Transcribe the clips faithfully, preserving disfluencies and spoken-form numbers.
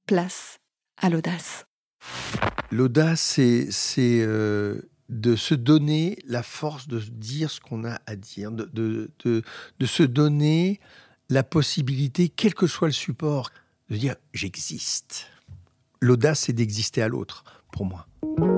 place à l'audace. L'audace, c'est, c'est euh, de se donner la force de dire ce qu'on a à dire, de, de, de, de se donner la possibilité, quel que soit le support, de dire « j'existe ». L'audace, c'est d'exister à l'autre, pour moi.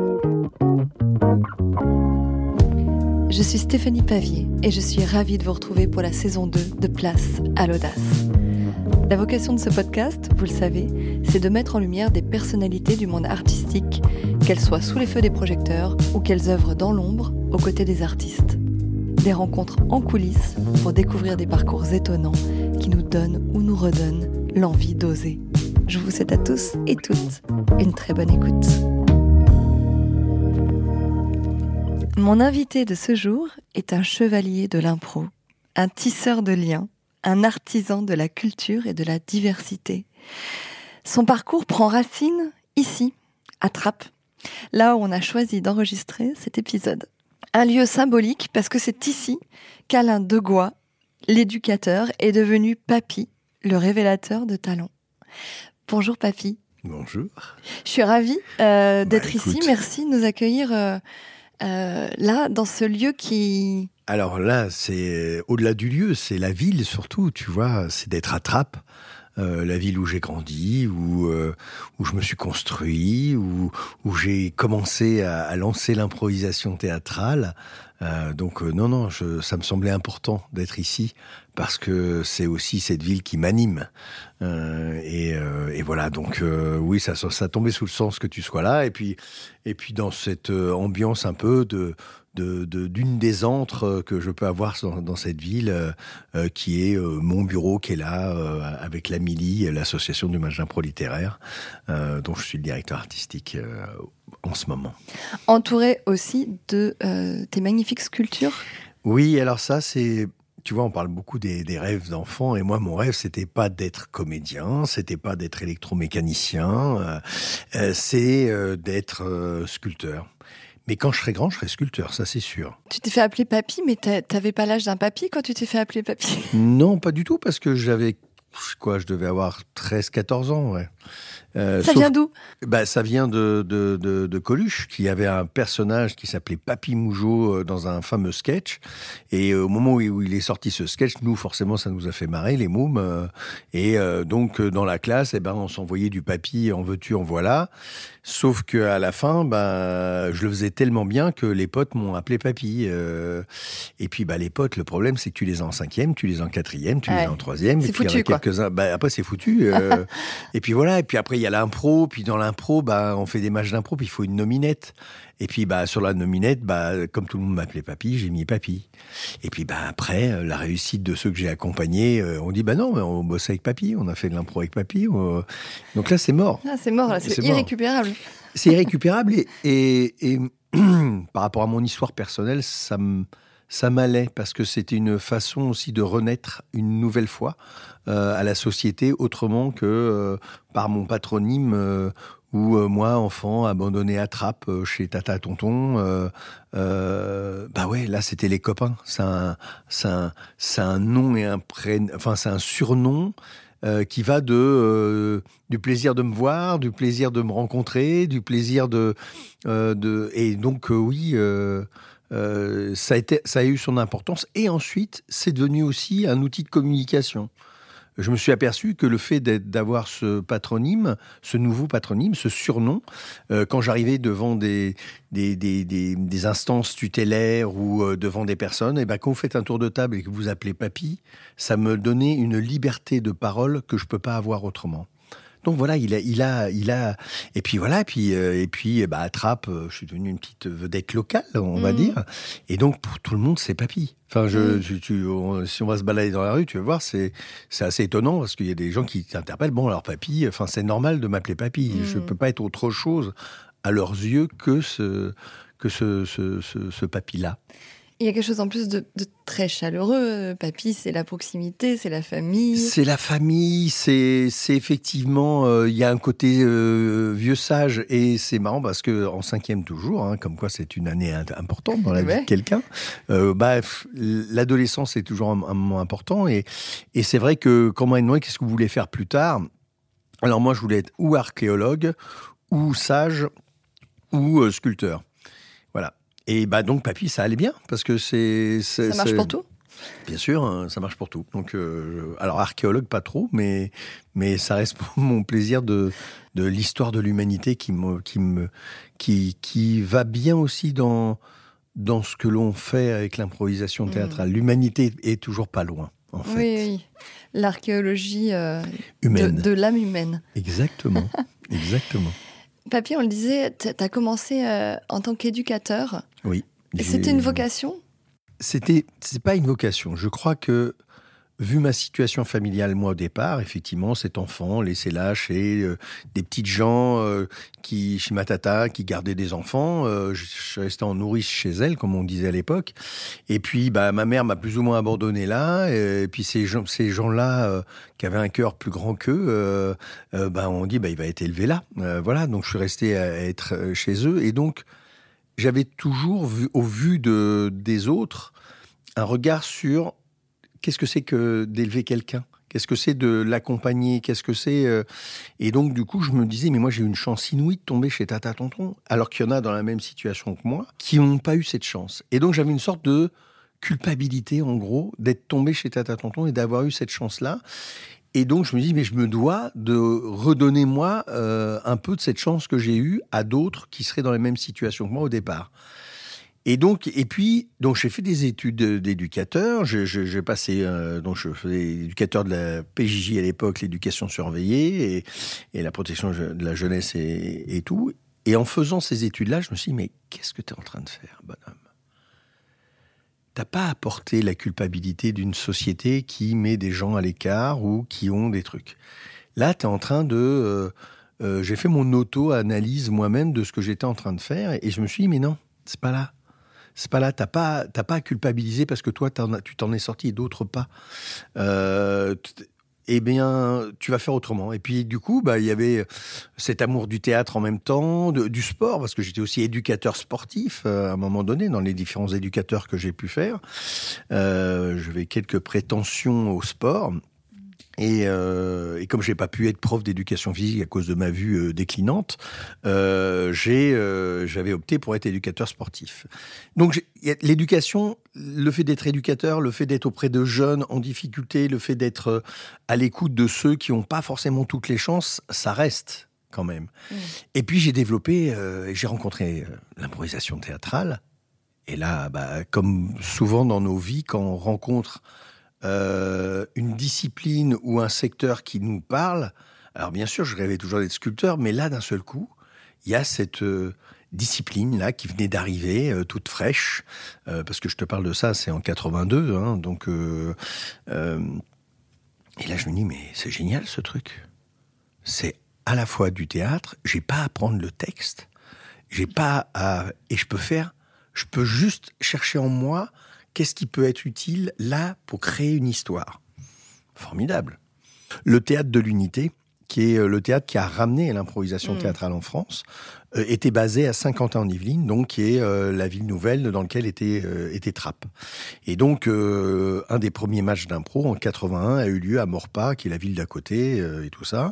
Je suis Stéphanie Pavier et je suis ravie de vous retrouver pour la saison deux de Place à l'audace. La vocation de ce podcast, vous le savez, c'est de mettre en lumière des personnalités du monde artistique, qu'elles soient sous les feux des projecteurs ou qu'elles œuvrent dans l'ombre aux côtés des artistes. Des rencontres en coulisses pour découvrir des parcours étonnants qui nous donnent ou nous redonnent l'envie d'oser. Je vous souhaite à tous et toutes une très bonne écoute. Mon invité de ce jour est un chevalier de l'impro, un tisseur de liens, un artisan de la culture et de la diversité. Son parcours prend racine ici, à Trappes, là où on a choisi d'enregistrer cet épisode. Un lieu symbolique parce que c'est ici qu'Alain Degois, l'éducateur, est devenu Papy, le révélateur de talents. Bonjour Papy. Bonjour. Je suis ravie euh, d'être bah, écoute. ici. Merci de nous accueillir euh, euh, là, dans ce lieu qui... Alors là, c'est au-delà du lieu, c'est la ville surtout, tu vois, c'est d'être à Trappes, euh, la ville où j'ai grandi, où, euh, où je me suis construit, où, où j'ai commencé à, à lancer l'improvisation théâtrale. Euh, donc euh, non, non, je, ça me semblait important d'être ici, parce que c'est aussi cette ville qui m'anime. Euh, et, euh, et voilà, donc euh, oui, ça, ça tombait sous le sens que tu sois là. Et puis, et puis dans cette euh, ambiance un peu de... De, de, d'une des antres que je peux avoir dans, dans cette ville, euh, qui est euh, mon bureau, qui est là, euh, avec l'Amélie, l'association du match d'impro littéraire, euh, dont je suis le directeur artistique euh, en ce moment. Entouré aussi de euh, tes magnifiques sculptures. Oui, alors ça, c'est... Tu vois, on parle beaucoup des, des rêves d'enfants, et moi, mon rêve, c'était pas d'être comédien, c'était pas d'être électromécanicien, euh, euh, c'est euh, d'être euh, sculpteur. Mais quand je serai grand, je serai sculpteur, ça c'est sûr. Tu t'es fait appeler Papy, mais t'avais pas l'âge d'un papy quand tu t'es fait appeler Papy? Non, pas du tout, parce que j'avais, quoi, je devais avoir treize quatorze ans, ouais. Euh, ça sauf, vient d'où? Bah, ça vient de, de, de, de Coluche, qui avait un personnage qui s'appelait Papy Mougeot dans un fameux sketch. Et euh, au moment où, où il est sorti ce sketch, nous, forcément, ça nous a fait marrer, les mômes. Euh, et euh, donc, dans la classe, eh ben, on s'envoyait du papy, en veux-tu, en voilà. Sauf qu'à la fin, bah, je le faisais tellement bien que les potes m'ont appelé Papy. Euh, et puis, bah, les potes, le problème, c'est que tu les as en cinquième, tu les as en quatrième, tu ouais. les as en troisième. C'est et puis, foutu, il y en a quoi. quelques-uns. Bah, après, c'est foutu. Euh, et puis voilà. Et puis après, il y a l'impro. Puis dans l'impro, bah, on fait des matchs d'impro. Puis il faut une nominette. Et puis, bah, sur la nominette, bah, comme tout le monde m'appelait Papy, j'ai mis Papy. Et puis, bah, après, la réussite de ceux que j'ai accompagnés, euh, on dit, bah non, mais on bosse avec Papy. On a fait de l'impro avec Papy. On... Donc là, c'est mort. Ah, c'est mort, là. C'est, c'est irrécupérable. Mort. C'est irrécupérable et, et, et par rapport à mon histoire personnelle, ça, m, ça m'allait parce que c'était une façon aussi de renaître une nouvelle fois euh, à la société autrement que euh, par mon patronyme euh, où euh, moi, enfant, abandonné à Trappes euh, chez Tata Tonton, euh, euh, bah ouais, là c'était les copains. C'est un, c'est un, c'est un nom et un prénom, enfin c'est un surnom. Euh, qui va de euh, du plaisir de me voir, du plaisir de me rencontrer, du plaisir de euh, de et donc euh, oui euh, euh, ça a été ça a eu son importance et ensuite c'est devenu aussi un outil de communication. Je me suis aperçu que le fait d'avoir ce patronyme, ce nouveau patronyme, ce surnom, euh, quand j'arrivais devant des, des, des, des, des instances tutélaires ou euh, devant des personnes, et ben, quand vous faites un tour de table et que vous appelez Papy, ça me donnait une liberté de parole que je peux pas avoir autrement. Donc voilà, il a, il a, il a, et puis voilà, et puis, euh, et puis, bah, à Trappes, euh, je suis devenu une petite vedette locale, on mmh. va dire. Et donc, pour tout le monde, c'est Papy. Enfin, je, mmh. tu, tu, on, si on va se balader dans la rue, tu vas voir, c'est, c'est assez étonnant parce qu'il y a des gens qui t'interpellent. Bon, alors Papy, enfin, c'est normal de m'appeler Papy. Mmh. Je peux pas être autre chose à leurs yeux que ce, que ce, ce, ce, ce Papy-là. Il y a quelque chose en plus de, de très chaleureux. Papy, c'est la proximité, c'est la famille. C'est la famille, c'est, c'est effectivement... Il euh, y a un côté euh, vieux sage et c'est marrant parce qu'en cinquième toujours, hein, comme quoi c'est une année importante dans la ouais. vie de quelqu'un, euh, bah, l'adolescence est toujours un, un moment important. Et, et c'est vrai que quand on m'a demandé qu'est-ce que vous voulez faire plus tard, Alors moi, je voulais être ou archéologue, ou sage, ou euh, sculpteur. Voilà. Et bah donc, papy, ça allait bien, parce que c'est... c'est Ça marche c'est... pour tout ? Bien sûr, hein, ça marche pour tout. Donc, euh, alors archéologue, pas trop, mais, mais ça reste mon plaisir de, de l'histoire de l'humanité qui, me, qui, me, qui, qui va bien aussi dans, dans ce que l'on fait avec l'improvisation théâtrale. Mmh. L'humanité est toujours pas loin, en fait. Oui, oui. L'archéologie euh, humaine. De, de l'âme humaine. Exactement, exactement. Papy, on le disait, tu as commencé euh, en tant qu'éducateur. Oui. C'était une vocation ? C'était, c'est pas une vocation. Je crois que, vu ma situation familiale, moi, au départ, effectivement, cet enfant laissé là chez euh, des petites gens, euh, qui, chez ma tata, qui gardait des enfants, euh, je, je suis resté en nourrice chez elle, comme on disait à l'époque. Et puis, bah, ma mère m'a plus ou moins abandonné là. Et, et puis, ces, gens, ces gens-là, euh, qui avaient un cœur plus grand qu'eux, euh, euh, bah, on dit, bah, il va être élevé là. Euh, voilà. Donc, je suis resté à être chez eux. Et donc, j'avais toujours vu, au vu de, des autres, un regard sur qu'est-ce que c'est que d'élever quelqu'un ? Qu'est-ce que c'est de l'accompagner ? Qu'est-ce que c'est euh... Et donc, du coup, je me disais, mais moi, j'ai eu une chance inouïe de tomber chez Tata Tonton, alors qu'il y en a dans la même situation que moi, qui n'ont pas eu cette chance. Et donc, j'avais une sorte de culpabilité, en gros, d'être tombé chez Tata Tonton et d'avoir eu cette chance-là. Et donc, je me dis, mais je me dois de redonner, moi, euh, un peu de cette chance que j'ai eue à d'autres qui seraient dans les mêmes situations que moi au départ. Et donc, et puis, donc j'ai fait des études d'éducateur. Je, je, j'ai passé, euh, donc je faisais éducateur de la P J J à l'époque, l'éducation surveillée et, et la protection de la jeunesse et, et tout. Et en faisant ces études-là, je me suis dit, mais qu'est-ce que tu es en train de faire, bonhomme ? T'as pas apporté la culpabilité d'une société qui met des gens à l'écart ou qui ont des trucs. Là, t'es en train de... Euh, euh, j'ai fait mon auto-analyse moi-même de ce que j'étais en train de faire et, et je me suis dit, mais non, c'est pas là. C'est pas là, t'as pas, t'as pas à culpabiliser parce que toi, t'en as, tu t'en es sorti et d'autres pas. Euh, eh bien, tu vas faire autrement. Et puis, du coup, bah, il y avait cet amour du théâtre en même temps, de, du sport, parce que j'étais aussi éducateur sportif euh, à un moment donné, dans les différents éducateurs que j'ai pu faire. Euh, j'avais quelques prétentions au sport. Et, euh, et comme j'ai pas pu être prof d'éducation physique à cause de ma vue euh, déclinante, euh, j'ai, euh, j'avais opté pour être éducateur sportif. Donc j'ai, l'éducation, le fait d'être éducateur, le fait d'être auprès de jeunes en difficulté, le fait d'être à l'écoute de ceux qui n'ont pas forcément toutes les chances, ça reste quand même. Mmh. Et puis j'ai développé, euh, j'ai rencontré euh, l'improvisation théâtrale. Et là, bah, comme souvent dans nos vies, quand on rencontre Euh, une discipline ou un secteur qui nous parle. Alors bien sûr, je rêvais toujours d'être sculpteur, mais là, d'un seul coup, il y a cette euh, discipline-là qui venait d'arriver, euh, toute fraîche, euh, parce que je te parle de ça, c'est en quatre-vingt-deux, hein, donc... Euh, euh, et là, je me dis, mais c'est génial, ce truc. C'est à la fois du théâtre, j'ai pas à prendre le texte, j'ai pas à... Et je peux faire... Je peux juste chercher en moi... Qu'est-ce qui peut être utile là pour créer une histoire ? Formidable. Le théâtre de l'unité, qui est le théâtre qui a ramené l'improvisation mmh. théâtrale en France, euh, était basé à Saint-Quentin-en-Yvelines, donc qui est euh, la ville nouvelle dans laquelle était, euh, était Trappes. Et donc, euh, un des premiers matchs d'impro en quatre-vingt-un a eu lieu à Maurepas, qui est la ville d'à côté, euh, et tout ça.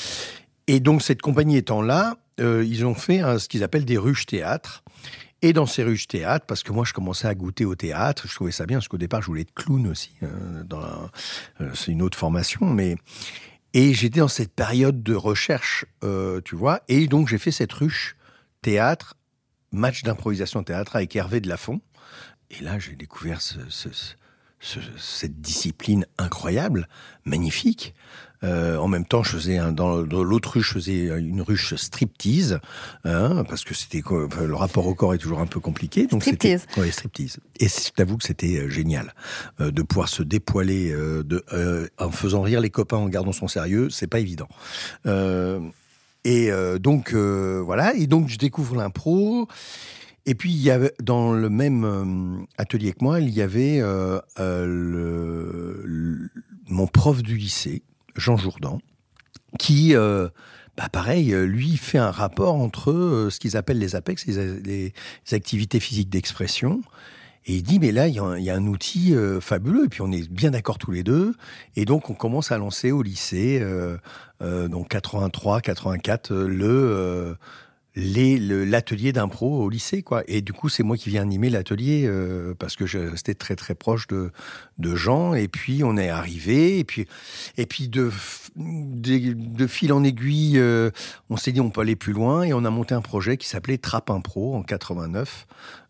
Et donc, cette compagnie étant là, euh, ils ont fait un, ce qu'ils appellent des ruches théâtre. Et dans ces ruches théâtre, parce que moi je commençais à goûter au théâtre, je trouvais ça bien, parce qu'au départ je voulais être clown aussi, euh, dans la, euh, c'est une autre formation, mais... Et j'étais dans cette période de recherche, euh, tu vois, et donc j'ai fait cette ruche théâtre, match d'improvisation théâtre avec Hervé de Lafont, et là j'ai découvert ce, ce, ce, cette discipline incroyable, magnifique. Euh, en même temps, je faisais un, dans, dans l'autre ruche, je faisais une ruche striptease, hein, parce que c'était enfin, le rapport au corps est toujours un peu compliqué. Donc striptease. C'était, ouais, striptease. Et je t'avoue que c'était euh, génial euh, de pouvoir se dépoiler euh, de, euh, en faisant rire les copains, en gardant son sérieux, c'est pas évident. Euh, et euh, donc euh, voilà. Et donc je découvre l'impro. Et puis, il y avait, dans le même euh, atelier que moi, il y avait euh, euh, le, le, mon prof du lycée, Jean Jourdan, qui, euh, bah pareil, lui, fait un rapport entre euh, ce qu'ils appellent les A P E X, les, les activités physiques d'expression, Et il dit, mais là, il y, a un- il y a un outil euh, fabuleux. Et puis, on est bien d'accord tous les deux. Et donc, on commence à lancer au lycée, euh, euh, donc quatre-vingt-trois, quatre-vingt-quatre, euh, le... euh, les, le- l'atelier d'impro au lycée, quoi. Et du coup, c'est moi qui viens animer l'atelier euh, parce que je restais très très proche de de Jean. Et puis on est arrivé. Et puis et puis de f- de, de fil en aiguille, euh, on s'est dit on peut aller plus loin et on a monté un projet qui s'appelait Trap Impro en quatre-vingt-neuf.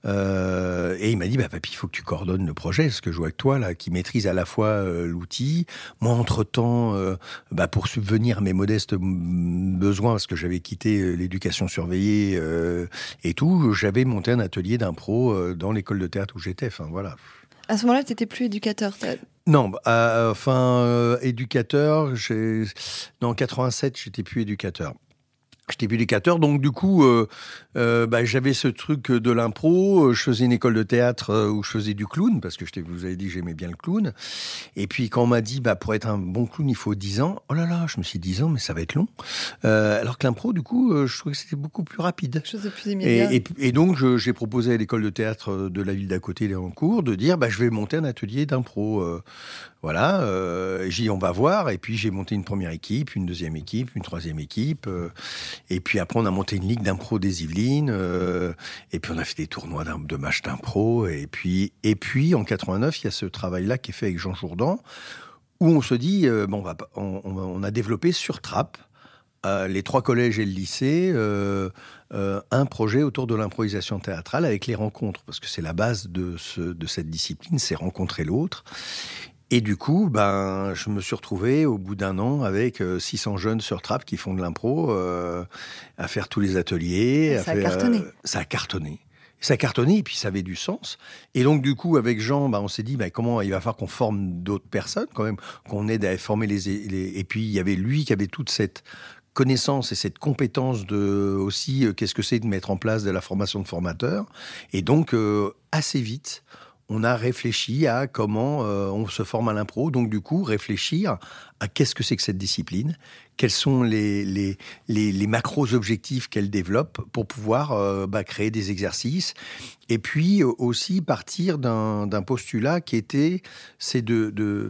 Euh, et il m'a dit, bah papy, il faut que tu coordonnes le projet, parce que je vois que toi là, qui maîtrise à la fois euh, l'outil, moi entre temps, euh, bah, pour subvenir à mes modestes mm, besoins, parce que j'avais quitté euh, l'éducation surveillée euh, et tout, j'avais monté un atelier d'impro euh, dans l'école de théâtre où j'étais. Enfin voilà. À ce moment-là, tu n'étais plus éducateur. t'as- Non, bah, euh, enfin euh, éducateur. J'ai... Non, en quatre-vingt-sept, j'étais plus éducateur. J'étais plus éducateur, donc du coup, euh, euh, bah, j'avais ce truc de l'impro. Je faisais une école de théâtre euh, où je faisais du clown, parce que je t'ai- vous avez dit que j'aimais bien le clown. Et puis quand on m'a dit, bah, pour être un bon clown, il faut dix ans. Oh là là, je me suis dit dix ans, mais ça va être long. Euh, alors que l'impro, du coup, euh, je trouvais que c'était beaucoup plus rapide. Quelque chose de plus immédiat. Et, et, et donc, je- j'ai proposé à l'école de théâtre de la ville d'à côté, les Rancourt, de dire, bah, je vais monter un atelier d'impro. euh, voilà, euh, j'ai dit, on va voir. Et puis, j'ai monté une première équipe, une deuxième équipe, une troisième équipe. euh, et puis après, on a monté une ligue d'impro des Yvelines. euh, et puis, on a fait des tournois d'im- de matchs d'impro. Et puis, et puis, en quatre-vingt-neuf, il y a ce travail-là qui est fait avec Jean Jourdan, où on se dit, euh, bon, on, va, pas- on, on- on a développé sur Trappes, euh, les trois collèges et le lycée, euh, euh, un projet autour de l'improvisation théâtrale avec les rencontres, parce que c'est la base de, ce, de cette discipline, c'est rencontrer l'autre. Et du coup, ben, je me suis retrouvé au bout d'un an avec euh, six cents jeunes sur Trappes qui font de l'impro, euh, à faire tous les ateliers. Et à ça a faire, cartonné. euh, ça a cartonné. Ça a cartonné et puis ça avait du sens. Et donc du coup, avec Jean, ben, on s'est dit, ben, comment il va falloir qu'on forme d'autres personnes quand même, qu'on aide à former les, les... Et puis il y avait lui qui avait toute cette connaissance et cette compétence de aussi euh, qu'est-ce que c'est de mettre en place de la formation de formateurs. Et donc euh, assez vite, on a réfléchi à comment euh, on se forme à l'impro. Donc du coup, réfléchir à qu'est-ce que c'est que cette discipline, quels sont les, les, les, les macros-objectifs qu'elle développe pour pouvoir euh, bah, créer des exercices. Et puis euh, aussi partir d'un, d'un postulat qui était, c'est de... de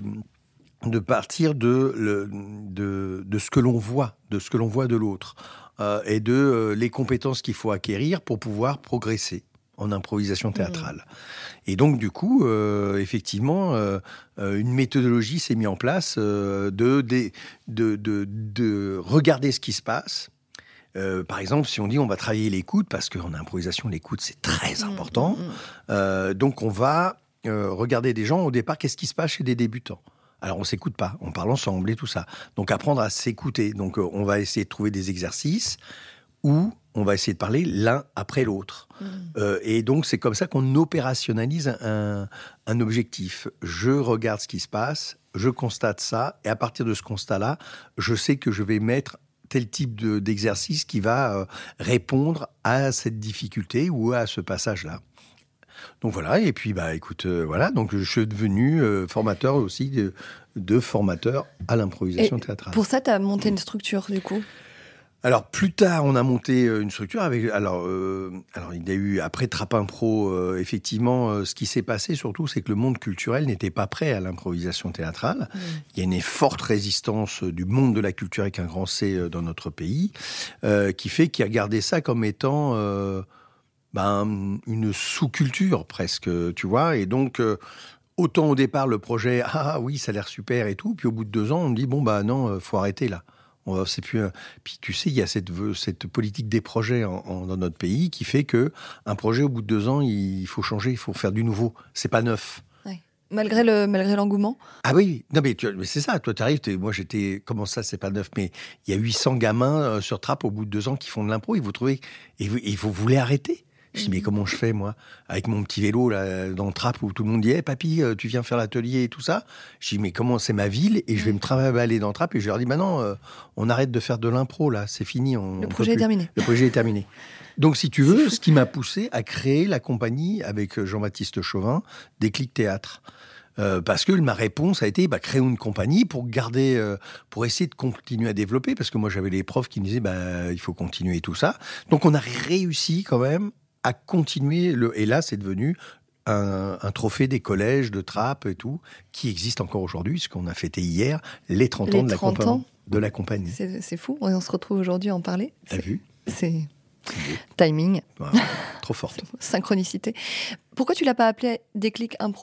de partir de, le, de, de ce que l'on voit, de ce que l'on voit de l'autre, euh, et de euh, les compétences qu'il faut acquérir pour pouvoir progresser en improvisation théâtrale. Mmh. Et donc, du coup, euh, effectivement, euh, une méthodologie s'est mise en place euh, de, de, de, de, de regarder ce qui se passe. Euh, par exemple, si on dit on va travailler l'écoute, parce qu'en improvisation, l'écoute, c'est très important. Mmh, mmh. Euh, donc, on va euh, regarder des gens, au départ, qu'est-ce qui se passe chez des débutants. Alors, on ne s'écoute pas, on parle ensemble et tout ça. Donc, apprendre à s'écouter. Donc, euh, on va essayer de trouver des exercices où on va essayer de parler l'un après l'autre. Mmh. Euh, et donc, c'est comme ça qu'on opérationnalise un, un objectif. Je regarde ce qui se passe, je constate ça, et à partir de ce constat-là, je sais que je vais mettre tel type de, d'exercice qui va euh, répondre à cette difficulté ou à ce passage-là. Donc voilà, et puis bah écoute, euh, voilà, donc je suis devenu euh, formateur aussi de, de formateur à l'improvisation et théâtrale. Pour ça, tu as monté une structure du coup ? Alors plus tard, on a monté une structure avec. Alors, euh, alors il y a eu après Trap Impro, euh, effectivement, euh, ce qui s'est passé surtout, c'est que le monde culturel n'était pas prêt à l'improvisation théâtrale. Mmh. Il y a une forte résistance du monde de la culture avec un grand C euh, dans notre pays, euh, qui fait qu'il a gardé ça comme étant euh, ben, une sous-culture presque, tu vois, et donc. Euh, Autant au départ, le projet, ah oui, ça a l'air super et tout. Puis au bout de deux ans, on me dit, bon, bah non, faut arrêter là. On, c'est plus un... Puis tu sais, il y a cette, cette politique des projets en, en, dans notre pays qui fait que un projet, au bout de deux ans, il faut changer, il faut faire du nouveau. C'est pas neuf. Ouais. Malgré, le, malgré l'engouement ? Ah oui, non mais, tu, mais c'est ça. Toi, tu arrives, moi j'étais, comment ça, c'est pas neuf, mais il y a huit cents gamins euh, sur Trappes au bout de deux ans qui font de l'impro. Et vous trouvez, et vous, et vous voulez arrêter ? Je dis, mais comment je fais, moi, avec mon petit vélo là, dans le Trappes où tout le monde dit hey, « papy, tu viens faire l'atelier et tout ça ?» Je dis, mais comment, c'est ma ville et je vais me travailler dans le Trappes. Et je leur dis, bah non, euh, on arrête de faire de l'impro, là, c'est fini. On, le on projet est terminé. Le projet est terminé. Donc, si tu veux, ce qui m'a poussé à créer la compagnie avec Jean-Baptiste Chauvin, Déclic Théâtre. Euh, parce que ma réponse a été bah, créer une compagnie pour garder, euh, pour essayer de continuer à développer. Parce que moi, j'avais les profs qui me disaient bah, il faut continuer tout ça. Donc, on a réussi quand même à continuer. Le... Et là, c'est devenu un, un trophée des collèges de Trappes et tout, qui existe encore aujourd'hui, puisqu'on a fêté hier les trente les ans de la, trente compa- ans. de la compagnie. C'est, c'est fou, on se retrouve aujourd'hui à en parler. T'as c'est, vu C'est timing. Voilà, trop forte. Synchronicité. Pourquoi tu l'as pas appelé Déclic Impro ?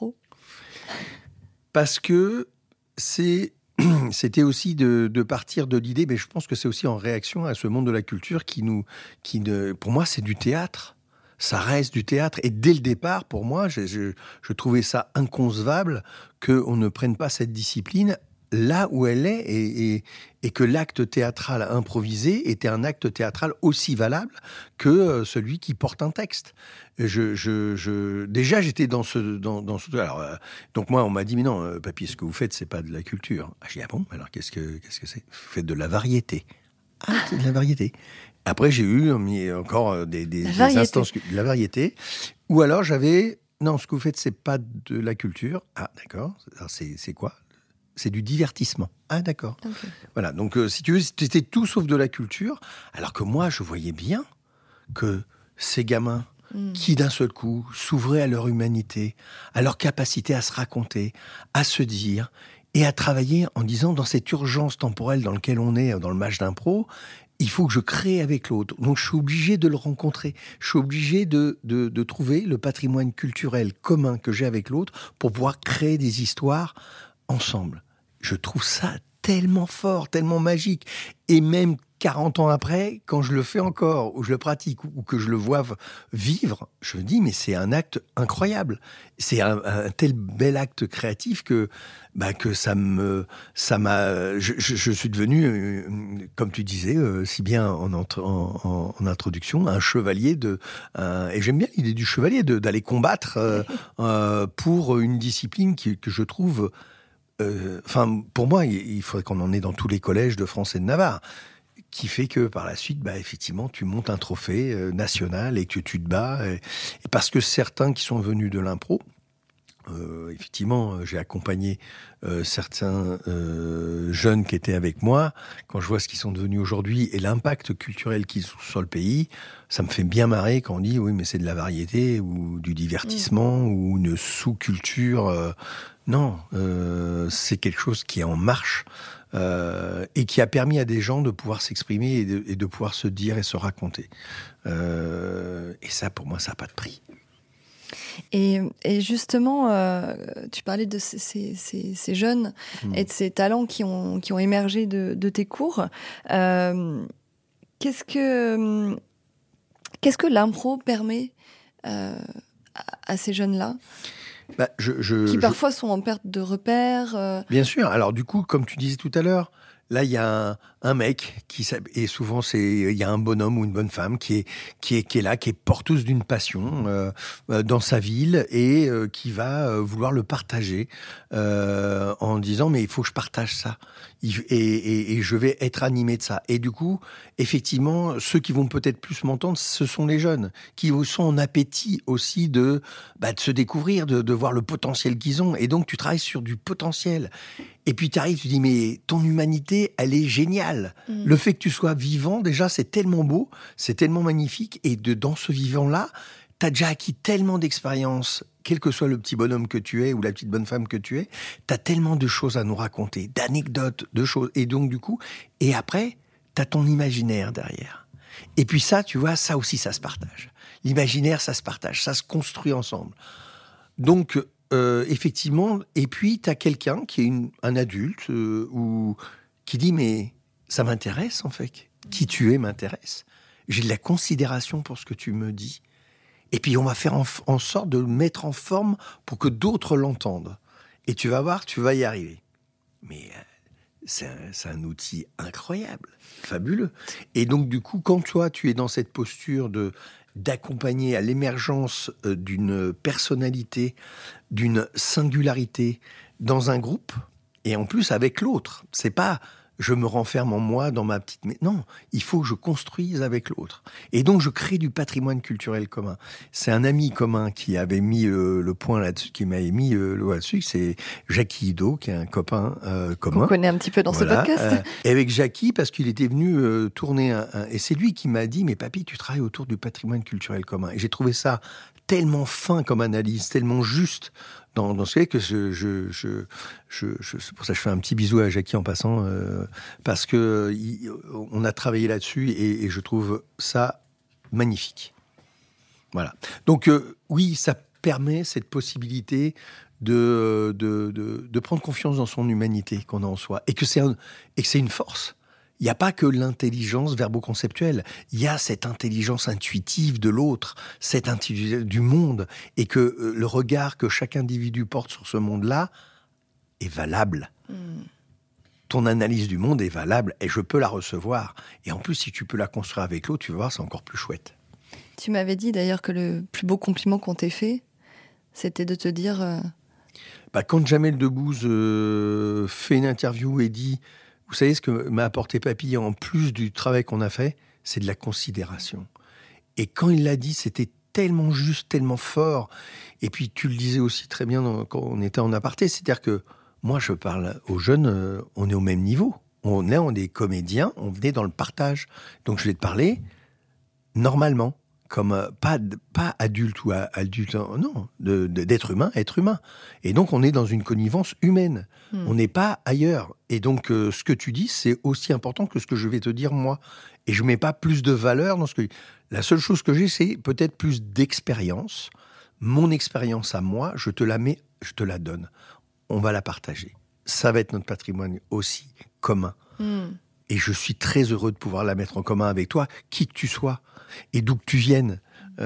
Parce que c'est... C'était aussi de, de partir de l'idée, mais je pense que c'est aussi en réaction à ce monde de la culture qui nous, qui ne, pour moi, c'est du théâtre. Ça reste du théâtre. Et dès le départ, pour moi, je, je, je trouvais ça inconcevable qu'on ne prenne pas cette discipline là où elle est et, et, et que l'acte théâtral improvisé était un acte théâtral aussi valable que celui qui porte un texte. Je, je, je, déjà, j'étais dans ce... Dans, dans ce alors, euh, donc moi, on m'a dit, mais non, euh, papy, ce que vous faites, c'est pas de la culture. Ah, j'ai dit, ah bon, alors qu'est-ce que, qu'est-ce que c'est ? Vous faites de la variété. Ah, c'est de la variété. Après, j'ai eu mais encore des, des, des instances de la variété. Ou alors, j'avais, non, ce que vous faites, c'est pas de la culture. Ah, d'accord. Alors, c'est, c'est quoi ? C'est du divertissement. Ah, d'accord. Okay. Voilà. Donc, euh, si tu veux, c'était tout sauf de la culture. Alors que moi, je voyais bien que ces gamins mmh. qui, d'un seul coup, s'ouvraient à leur humanité, à leur capacité à se raconter, à se dire, et à travailler en disant, dans cette urgence temporelle dans laquelle on est, dans le match d'impro, il faut que je crée avec l'autre. Donc, je suis obligé de le rencontrer. Je suis obligé de, de, de trouver le patrimoine culturel commun que j'ai avec l'autre pour pouvoir créer des histoires ensemble. Je trouve ça tellement fort, tellement magique. Et même quarante ans après, quand je le fais encore, ou je le pratique, ou que je le vois vivre, je me dis, mais c'est un acte incroyable. C'est un, un tel bel acte créatif que, bah, que ça me, ça m'a, je, je, je suis devenu, euh, comme tu disais, euh, si bien en, en, en, en introduction, un chevalier de, un, et j'aime bien l'idée du chevalier, de, d'aller combattre euh, euh, pour une discipline qui, que je trouve, enfin, euh, pour moi, il, il faudrait qu'on en ait dans tous les collèges de France et de Navarre. Qui fait que par la suite, bah, effectivement, tu montes un trophée euh, national et que tu te bats. Et, et parce que certains qui sont venus de l'impro, euh, effectivement, j'ai accompagné euh, certains euh, jeunes qui étaient avec moi. Quand je vois ce qu'ils sont devenus aujourd'hui et l'impact culturel qu'ils ont sur le pays, ça me fait bien marrer quand on dit oui, mais c'est de la variété ou du divertissement mmh. ou une sous-culture. Euh, non, euh, c'est quelque chose qui est en marche. Euh, et qui a permis à des gens de pouvoir s'exprimer et de, et de pouvoir se dire et se raconter. Euh, et ça, pour moi, ça n'a pas de prix. Et, et justement, euh, tu parlais de ces, ces, ces, ces jeunes mmh. et de ces talents qui ont, qui ont émergé de, de tes cours. Euh, qu'est-ce que, qu'est-ce que l'impro permet euh, à, à ces jeunes-là ? Bah, je, je, qui parfois je... sont en perte de repères. Euh... Bien sûr. Alors du coup, comme tu disais tout à l'heure, là il y a un, un mec qui et souvent c'est il y a un bonhomme ou une bonne femme qui est qui est qui est là, qui est porteuse d'une passion euh, dans sa ville et euh, qui va euh, vouloir le partager euh, en disant mais il faut que je partage ça et, et, et je vais être animé de ça. Et du coup, effectivement, ceux qui vont peut-être plus m'entendre, ce sont les jeunes qui sont en appétit aussi de bah, de se découvrir, de, de voir le potentiel qu'ils ont. Et donc tu travailles sur du potentiel. Et puis tu arrives, tu dis mais ton humanité, elle est géniale. Mmh. Le fait que tu sois vivant, déjà, c'est tellement beau, c'est tellement magnifique. Et de, dans ce vivant-là, tu as déjà acquis tellement d'expérience, quel que soit le petit bonhomme que tu es ou la petite bonne femme que tu es, tu as tellement de choses à nous raconter, d'anecdotes, de choses. Et donc, du coup, et après, tu as ton imaginaire derrière. Et puis ça, tu vois, ça aussi, ça se partage. L'imaginaire, ça se partage, ça se construit ensemble. Donc, euh, effectivement, et puis tu as quelqu'un qui est une, un adulte euh, ou qui dit, mais ça m'intéresse en fait. Qui tu es m'intéresse. J'ai de la considération pour ce que tu me dis. Et puis on va faire en, en sorte de le mettre en forme pour que d'autres l'entendent. Et tu vas voir, tu vas y arriver. Mais euh, c'est, un, c'est un outil incroyable, fabuleux. Et donc du coup, quand toi tu es dans cette posture de d'accompagner à l'émergence euh, d'une personnalité, d'une singularité dans un groupe, et en plus avec l'autre, c'est pas je me renferme en moi, dans ma petite... Mais non, il faut que je construise avec l'autre. Et donc, je crée du patrimoine culturel commun. C'est un ami commun qui avait mis euh, le point là-dessus, qui m'avait mis euh, le doigt là-dessus, c'est Jackie Ido, qui est un copain euh, commun. Qu'on connaît un petit peu dans voilà, ce podcast. Euh, et avec Jackie, parce qu'il était venu euh, tourner un, un... Et c'est lui qui m'a dit, mais papy, tu travailles autour du patrimoine culturel commun. Et j'ai trouvé ça tellement fin comme analyse, tellement juste dans, dans ce que je, je, je, je, je, c'est pour ça que je fais un petit bisou à Jackie en passant, euh, parce que il, on a travaillé là-dessus et, et je trouve ça magnifique. Voilà. Donc euh, oui, ça permet cette possibilité de, de, de, de prendre confiance dans son humanité qu'on a en soi et que c'est, un, et que c'est une force. Il n'y a pas que l'intelligence verbo-conceptuelle, il y a cette intelligence intuitive de l'autre, cette intelligence du monde, et que euh, le regard que chaque individu porte sur ce monde-là est valable. Mm. Ton analyse du monde est valable, et je peux la recevoir. Et en plus, si tu peux la construire avec l'autre, tu vas voir, c'est encore plus chouette. Tu m'avais dit d'ailleurs que le plus beau compliment qu'on t'ait fait, c'était de te dire... Euh... Bah, quand Jamel Debbouze euh, fait une interview et dit... Vous savez ce que m'a apporté Papy, en plus du travail qu'on a fait, c'est de la considération. Et quand il l'a dit, c'était tellement juste, tellement fort. Et puis tu le disais aussi très bien dans, quand on était en aparté, c'est-à-dire que moi je parle aux jeunes, euh, on est au même niveau. On est, on est comédiens, on venait dans le partage. Donc je vais te parler normalement, comme euh, pas, pas adulte ou a, adulte, non, de, de, d'être humain, être humain. Et donc on est dans une connivence humaine. Mmh. On n'est pas ailleurs. Et donc euh, ce que tu dis, c'est aussi important que ce que je vais te dire moi. Et je mets pas plus de valeur dans ce que... La seule chose que j'ai, c'est peut-être plus d'expérience. Mon expérience à moi, je te la mets, je te la donne. On va la partager. Ça va être notre patrimoine aussi commun. Mmh. Et je suis très heureux de pouvoir la mettre en commun avec toi, qui que tu sois, et d'où que tu viennes.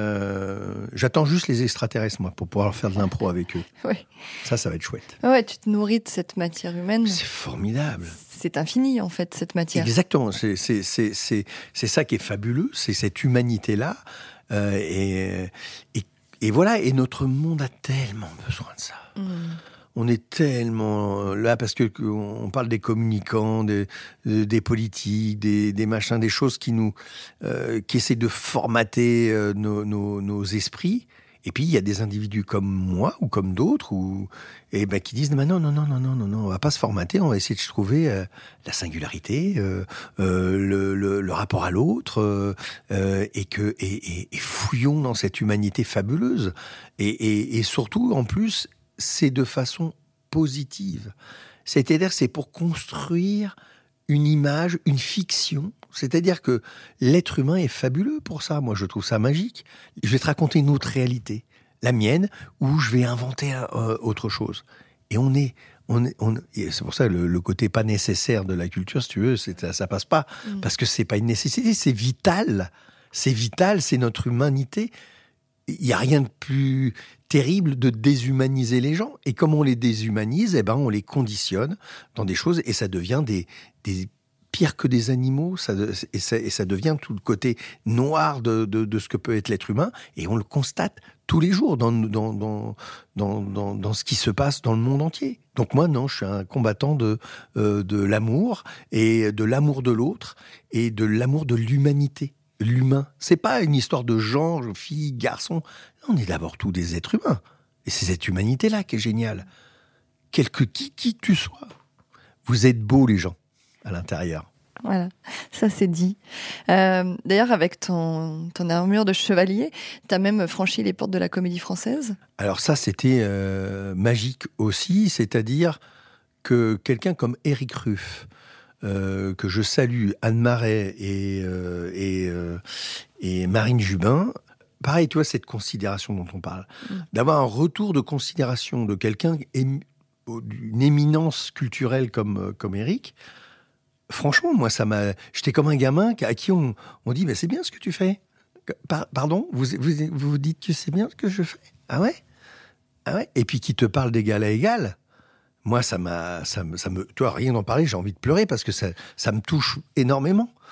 Euh, j'attends juste les extraterrestres, moi, pour pouvoir faire de l'impro avec eux. Ouais. Ça, ça va être chouette. Ouais, tu te nourris de cette matière humaine. C'est formidable. C'est infini, en fait, cette matière. Exactement. C'est, c'est, c'est, c'est, c'est ça qui est fabuleux, c'est cette humanité-là. Euh, et, et, et voilà, et notre monde a tellement besoin de ça. Mmh. On est tellement là parce que on parle des communicants, des, des politiques, des, des machins, des choses qui nous, euh, qui essaient de formater euh, nos, nos, nos esprits. Et puis il y a des individus comme moi ou comme d'autres, ou et ben qui disent non non non non non non non, on va pas se formater, on va essayer de trouver euh, la singularité, euh, euh, le, le, le rapport à l'autre, euh, et que et, et, et fouillons dans cette humanité fabuleuse. Et, et, et surtout en plus. C'est de façon positive. C'est-à-dire, c'est pour construire une image, une fiction. C'est-à-dire que l'être humain est fabuleux pour ça. Moi, je trouve ça magique. Je vais te raconter une autre réalité, la mienne, où je vais inventer euh, autre chose. Et on est... On est, on, et c'est pour ça le, le côté pas nécessaire de la culture, si tu veux, c'est, ça, ça passe pas. Mmh. Parce que c'est pas une nécessité, c'est vital. C'est vital, c'est notre humanité. Il n'y a rien de plus terrible de déshumaniser les gens. Et comme on les déshumanise, eh ben on les conditionne dans des choses et ça devient des, des pires que des animaux. Ça, et, ça, et ça devient tout le côté noir de, de, de ce que peut être l'être humain. Et on le constate tous les jours dans, dans, dans, dans, dans, dans ce qui se passe dans le monde entier. Donc moi, non, je suis un combattant de, euh, de l'amour et de l'amour de l'autre et de l'amour de l'humanité. L'humain, c'est pas une histoire de genre, fille, garçon. On est d'abord tous des êtres humains. Et c'est cette humanité-là qui est géniale. Quelque qui, qui tu sois. Vous êtes beaux, les gens, à l'intérieur. Voilà, ça c'est dit. Euh, d'ailleurs, avec ton, ton armure de chevalier, t'as même franchi les portes de la Comédie Française. Alors ça, c'était euh, magique aussi. C'est-à-dire que quelqu'un comme Éric Ruff, Euh, que je salue, Anne Marais et, euh, et, euh, et Marine Jubin. Pareil, tu vois, cette considération dont on parle. Mmh. D'avoir un retour de considération de quelqu'un émi- d'une éminence culturelle comme, comme Éric. Franchement, moi, ça m'a... J'étais comme un gamin à qui on, on dit, bah, c'est bien ce que tu fais. Par- pardon, vous, vous vous dites que c'est bien ce que je fais? Ah ouais? Ah ouais? Et puis qui te parle d'égal à égal. Moi, ça m'a, ça me, ça me, toi, rien d'en parler, j'ai envie de pleurer parce que ça, ça me touche énormément.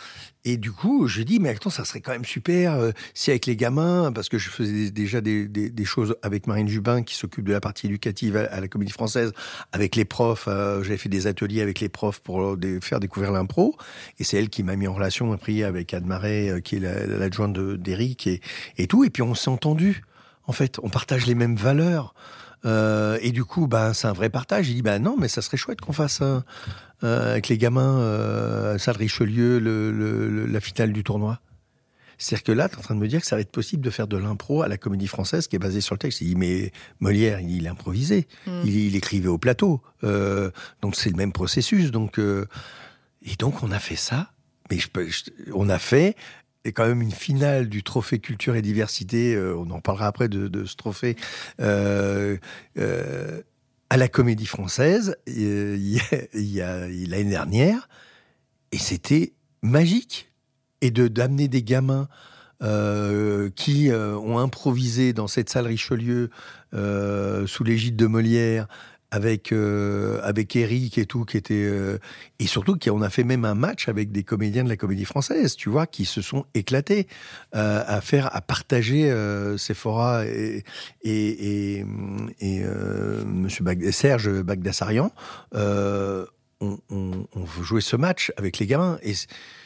Et du coup, je dis, mais attends, ça serait quand même super euh, si avec les gamins, parce que je faisais déjà des, des, des choses avec Marine Jubin, qui s'occupe de la partie éducative à, à la Comédie Française, avec les profs. Euh, j'avais fait des ateliers avec les profs pour des, faire découvrir l'impro. Et c'est elle qui m'a mis en relation après avec Anne Marais, euh, qui est la, l'adjointe de, d'Éric et, et tout. Et puis on s'est entendu. En fait, on partage les mêmes valeurs. Euh, et du coup, bah, c'est un vrai partage. Il dit, bah non, mais ça serait chouette qu'on fasse un, euh, avec les gamins, euh, salle Richelieu, le, le, le, la finale du tournoi. C'est-à-dire que là, tu es en train de me dire que ça va être possible de faire de l'impro à la Comédie Française qui est basée sur le texte. Il dit, mais Molière, il, il improvisait, mmh. il, il écrivait au plateau. Euh, donc c'est le même processus. Donc, euh, et donc on a fait ça. Mais je peux, je, on a fait... Et quand même une finale du trophée culture et diversité, euh, on en parlera après de, de ce trophée, euh, euh, à la Comédie Française, il y a, il y a, l'année dernière, et c'était magique. Et de, d'amener des gamins euh, qui euh, ont improvisé dans cette salle Richelieu, euh, sous l'égide de Molière, avec euh, avec Éric et tout, qui était euh, et surtout qu'on a fait même un match avec des comédiens de la Comédie Française, tu vois, qui se sont éclatés euh, à faire, à partager euh, Sephora et et et, et euh, Monsieur Bag- Serge Bagdasarian. Euh, on, on, on jouait ce match avec les gamins et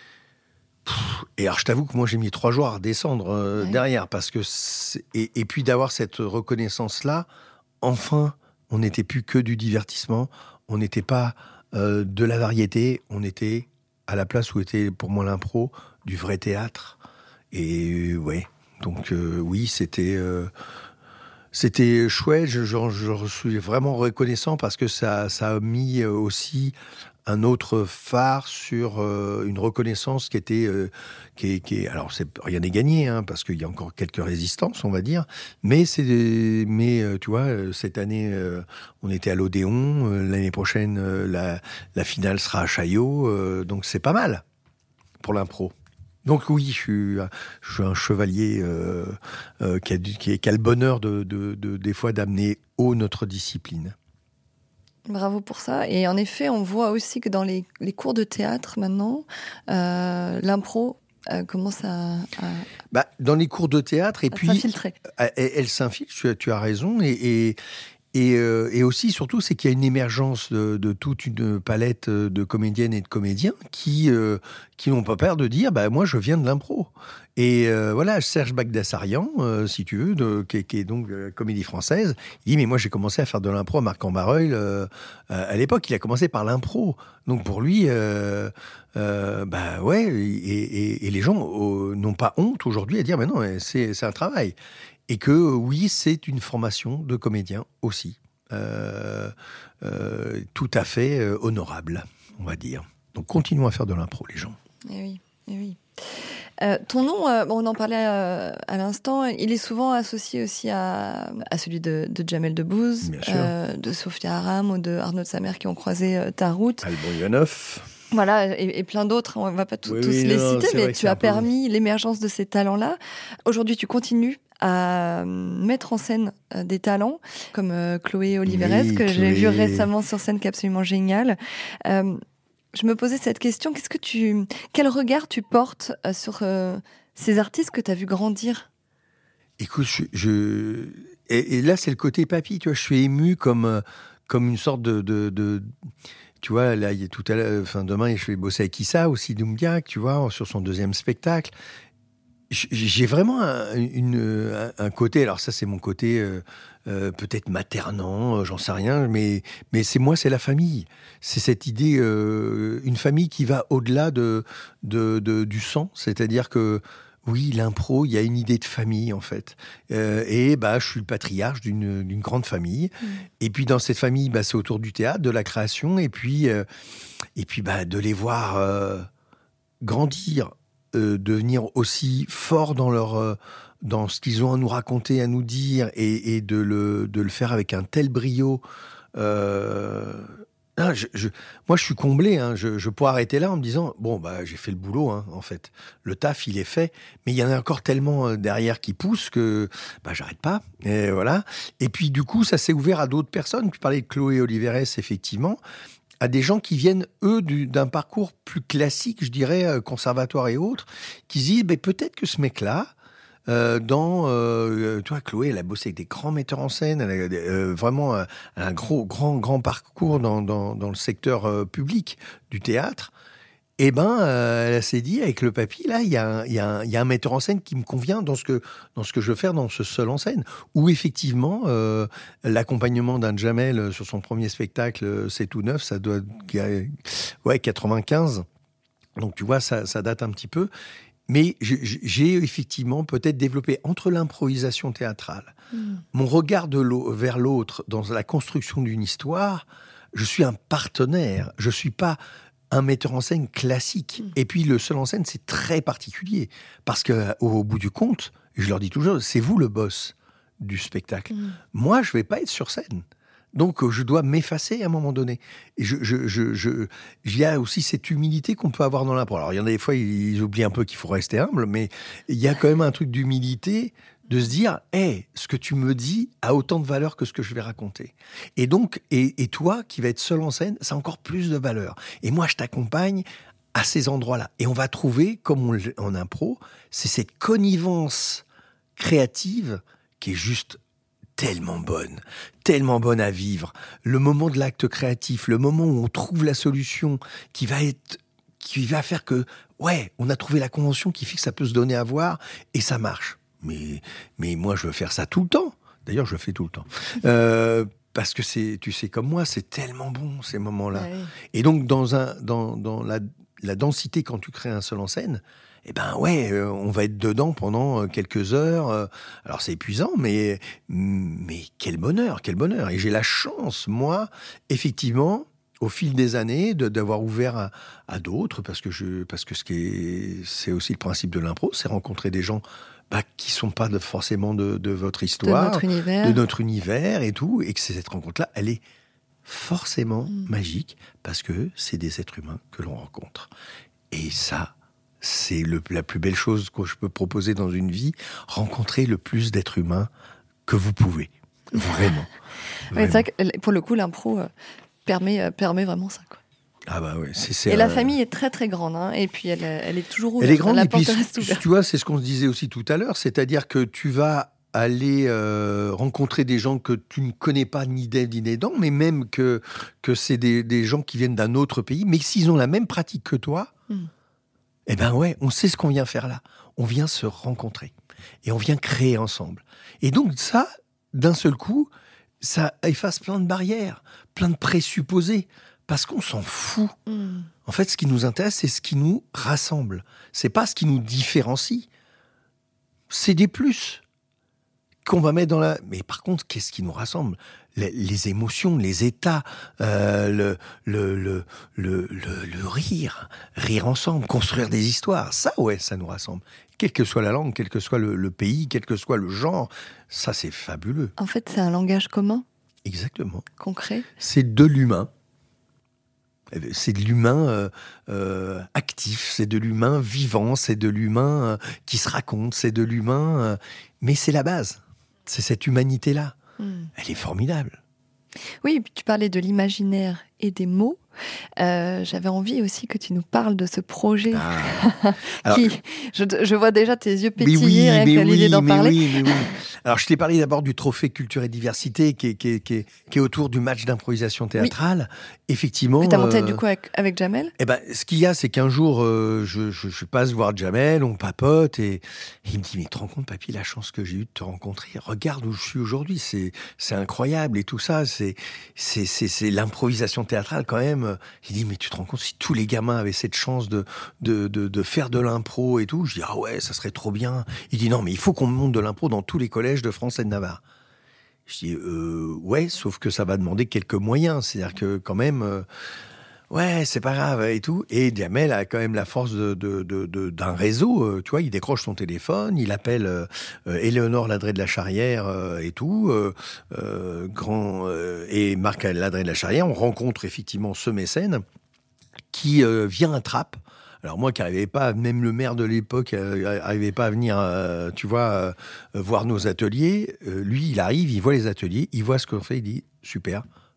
Et alors, je t'avoue que moi, j'ai mis trois jours à redescendre euh, ouais. derrière, parce que c'est... Et, et puis d'avoir cette reconnaissance-là, enfin, on n'était plus que du divertissement, on n'était pas euh, de la variété, on était à la place où était pour moi l'impro, du vrai théâtre. Et euh, ouais, donc euh, oui, c'était euh, c'était chouette. Je, je, je suis vraiment reconnaissant parce que ça, ça a mis aussi un autre phare sur euh, une reconnaissance qui était, euh, qui est, qui est, alors c'est rien n'est gagné, hein, parce qu'il y a encore quelques résistances, on va dire, mais c'est, mais euh, tu vois, cette année, euh, on était à l'Odéon, euh, l'année prochaine, euh, la, la finale sera à Chaillot, euh, donc c'est pas mal pour l'impro. Donc oui, je suis, je suis un chevalier euh, euh, qui, a, qui, a, qui a le bonheur de, de, de, des fois d'amener haut notre discipline. Bravo pour ça. Et en effet, on voit aussi que dans les, les cours de théâtre maintenant, euh, l'impro euh, commence à, à... Bah, dans les cours de théâtre, et puis s'infiltrer. Elle, elle s'infiltre. Tu as, tu as raison. Et, et, et, euh, et aussi, surtout, c'est qu'il y a une émergence de, de toute une palette de comédiennes et de comédiens qui euh, qui n'ont pas peur de dire, bah moi, je viens de l'impro. Et euh, voilà, Serge Bagdasarian, euh, si tu veux, de, qui, qui est donc euh, Comédie Française, il dit, mais moi j'ai commencé à faire de l'impro à Marc-en-Barœul euh, à l'époque, il a commencé par l'impro. Donc pour lui, euh, euh, bah ouais, et, et, et les gens euh, n'ont pas honte aujourd'hui à dire, mais non, c'est, c'est un travail. Et que oui, c'est une formation de comédien aussi, euh, euh, tout à fait euh, honorable, on va dire. Donc continuons à faire de l'impro, les gens. Eh oui, eh oui. Euh, ton nom, euh, on en parlait euh, à l'instant, il est souvent associé aussi à, à celui de, de Jamel Debbouze, euh, de Sophia Aram ou de Arnaud de Samer qui ont croisé euh, ta route. Alban Ivanov. Voilà, et, et plein d'autres, on ne va pas tout, oui, tous oui, les non, citer, mais tu as permis peu... l'émergence de ces talents-là. Aujourd'hui, tu continues à mettre en scène des talents comme euh, Chloé Oliveres, oui, que Chloé. j'ai vu récemment sur scène, qui est absolument géniale. Euh, Je me posais cette question, qu'est-ce que tu, quel regard tu portes euh, sur euh, ces artistes que tu as vu grandir ? Écoute, je, je... Et, et là c'est le côté papy, tu vois, je suis ému comme comme une sorte de, de, de... tu vois, là il y a tout à l'heure, enfin demain je vais bosser avec Issa aussi Doumbia, tu vois, sur son deuxième spectacle. J'ai vraiment un, une, un côté, alors ça c'est mon côté euh, euh, peut-être maternant, euh, j'en sais rien, mais, mais c'est moi, c'est la famille. C'est cette idée, euh, une famille qui va au-delà de, de, de, du sang, c'est-à-dire que oui, l'impro, il y a une idée de famille en fait. Euh, et bah, je suis le patriarche d'une, d'une grande famille. Mmh. Et puis dans cette famille, bah, c'est autour du théâtre, de la création, et puis, euh, et puis bah, de les voir euh, grandir. Euh, devenir aussi forts dans leur euh, dans ce qu'ils ont à nous raconter, à nous dire, et, et de le de le faire avec un tel brio. Euh... Ah, je, je, moi, je suis comblé. Hein. Je, je pourrais arrêter là en me disant bon, bah, j'ai fait le boulot. Hein, en fait, le taf, il est fait. Mais il y en a encore tellement derrière qui poussent que bah, j'arrête pas. Et voilà. Et puis, du coup, ça s'est ouvert à d'autres personnes. Tu parlais de Chloé Oliveres, effectivement. à des gens qui viennent, eux, du, d'un parcours plus classique, je dirais, conservatoire et autres, qui se disent, ben, peut-être que ce mec-là, euh, dans, euh, tu vois, Chloé, elle a bossé avec des grands metteurs en scène, elle a euh, vraiment euh, un gros, grand, grand parcours dans, dans, dans le secteur euh, public du théâtre. Eh ben, euh, elle s'est dit, avec le papy, là, il y, y, y a un metteur en scène qui me convient dans ce que, dans ce que je veux faire dans ce seul en scène. Où, effectivement, euh, l'accompagnement d'un Jamel sur son premier spectacle, c'est tout neuf, ça doit... Ouais, quatre-vingt-quinze. Donc, tu vois, ça, ça date un petit peu. Mais j'ai effectivement peut-être développé, entre l'improvisation théâtrale, mmh. mon regard de l'au- vers l'autre dans la construction d'une histoire, je suis un partenaire, je ne suis pas un metteur en scène classique. Mmh. Et puis le seul en scène, c'est très particulier. Parce qu'au au bout du compte, je leur dis toujours, c'est vous le boss du spectacle. Mmh. Moi, je ne vais pas être sur scène. Donc, je dois m'effacer à un moment donné. Et je, je, je, je, il y a aussi cette humilité qu'on peut avoir dans l'impro. Alors, il y en a des fois, ils oublient un peu qu'il faut rester humble, mais il y a quand même un truc d'humilité de se dire, hé, hey, ce que tu me dis a autant de valeur que ce que je vais raconter. Et donc, et, et toi, qui vas être seul en scène, ça a encore plus de valeur. Et moi, je t'accompagne à ces endroits-là. Et on va trouver, comme on, en impro, c'est cette connivence créative qui est juste tellement bonne, tellement bonne à vivre. Le moment de l'acte créatif, le moment où on trouve la solution qui va être, qui va faire que, ouais, on a trouvé la convention qui fait que ça peut se donner à voir et ça marche. Mais, mais moi, je veux faire ça tout le temps. D'ailleurs, je le fais tout le temps. Euh, parce que c'est, tu sais comme moi, c'est tellement bon, ces moments-là. Ouais. Et donc, dans, un, dans, dans la, la densité, quand tu crées un seul en scène, eh ben ouais, euh, on va être dedans pendant quelques heures. Euh, alors c'est épuisant, mais mais quel bonheur, quel bonheur. Et j'ai la chance, moi, effectivement, au fil des années, de, d'avoir ouvert à, à d'autres, parce que je, parce que ce qui est, c'est aussi le principe de l'impro, c'est rencontrer des gens bah, qui sont pas de, forcément de, de votre histoire, de notre univers, de notre univers et tout, et que cette rencontre-là, elle est forcément mmh. magique parce que c'est des êtres humains que l'on rencontre. Et ça. C'est le, la plus belle chose que je peux proposer dans une vie, rencontrer le plus d'êtres humains que vous pouvez. Vraiment. Ouais, c'est vrai que pour le coup, l'impro euh, permet, euh, permet vraiment ça, quoi. Ah bah ouais, c'est, c'est et un... la famille est très très grande, hein, et puis elle, elle est toujours ouverte. Elle est grande, la et puis tu vois, c'est ce qu'on se disait aussi tout à l'heure, c'est-à-dire que tu vas aller euh, rencontrer des gens que tu ne connais pas ni d'Ève ni d'Adam, mais même que, que c'est des, des gens qui viennent d'un autre pays, mais s'ils ont la même pratique que toi, mm. Eh ben ouais, on sait ce qu'on vient faire là. On vient se rencontrer. Et on vient créer ensemble. Et donc ça, d'un seul coup, ça efface plein de barrières, plein de présupposés. Parce qu'on s'en fout. Mmh. En fait, ce qui nous intéresse, c'est ce qui nous rassemble. C'est pas ce qui nous différencie. C'est des plus qu'on va mettre dans la... Mais par contre, qu'est-ce qui nous rassemble ? les, les émotions, les états, euh, le, le, le, le, le, le rire, rire ensemble, construire des histoires. Ça, ouais, ça nous rassemble. Quelle que soit la langue, quel que soit le, le pays, quel que soit le genre, ça, c'est fabuleux. En fait, c'est un langage commun. Exactement. Concret. C'est de l'humain. C'est de l'humain euh, euh, actif, c'est de l'humain vivant, c'est de l'humain euh, qui se raconte, c'est de l'humain... Euh, mais c'est la base. C'est cette humanité-là. Mmh. Elle est formidable. Oui, et puis tu parlais de l'imaginaire et des mots. Euh, j'avais envie aussi que tu nous parles de ce projet. Ah. Alors, qui, je, je vois déjà tes yeux pétiller avec oui, l'idée oui, d'en mais parler. Oui, mais oui. Alors, je t'ai parlé d'abord du trophée culture et diversité qui est, qui est, qui est, qui est autour du match d'improvisation théâtrale. Oui. Effectivement. Que tu as monté euh, du coup avec, avec Jamel. Eh ben, ce qu'il y a, c'est qu'un jour, euh, je, je, je passe voir Jamel, on papote et, et il me dit, mais tu te rends compte, papy, la chance que j'ai eue de te rencontrer. Regarde où je suis aujourd'hui, c'est, c'est incroyable et tout ça. C'est, c'est, c'est, c'est l'improvisation théâtrale quand même. Il dit, mais tu te rends compte, si tous les gamins avaient cette chance de, de, de, de faire de l'impro et tout, je dis, ah ouais, ça serait trop bien. Il dit, non, mais il faut qu'on monte de l'impro dans tous les collèges de France et de Navarre. Je dis, euh, ouais, sauf que ça va demander quelques moyens. C'est-à-dire que quand même, euh, ouais, c'est pas grave et tout. Et Jamel a quand même la force de, de, de, de, d'un réseau. Euh, tu vois, il décroche son téléphone, il appelle euh, Éléonore Ladré de la Charrière euh, et tout, euh, euh, grand, euh, et Marc Ladré de la Charrière. On rencontre effectivement ce mécène qui euh, vient à Trappes. Alors moi qui n'arrivais pas, même le maire de l'époque n'arrivait pas à venir, euh, tu vois, euh, voir nos ateliers. Euh, lui, il arrive, il voit les ateliers, il voit ce qu'on fait, il dit super,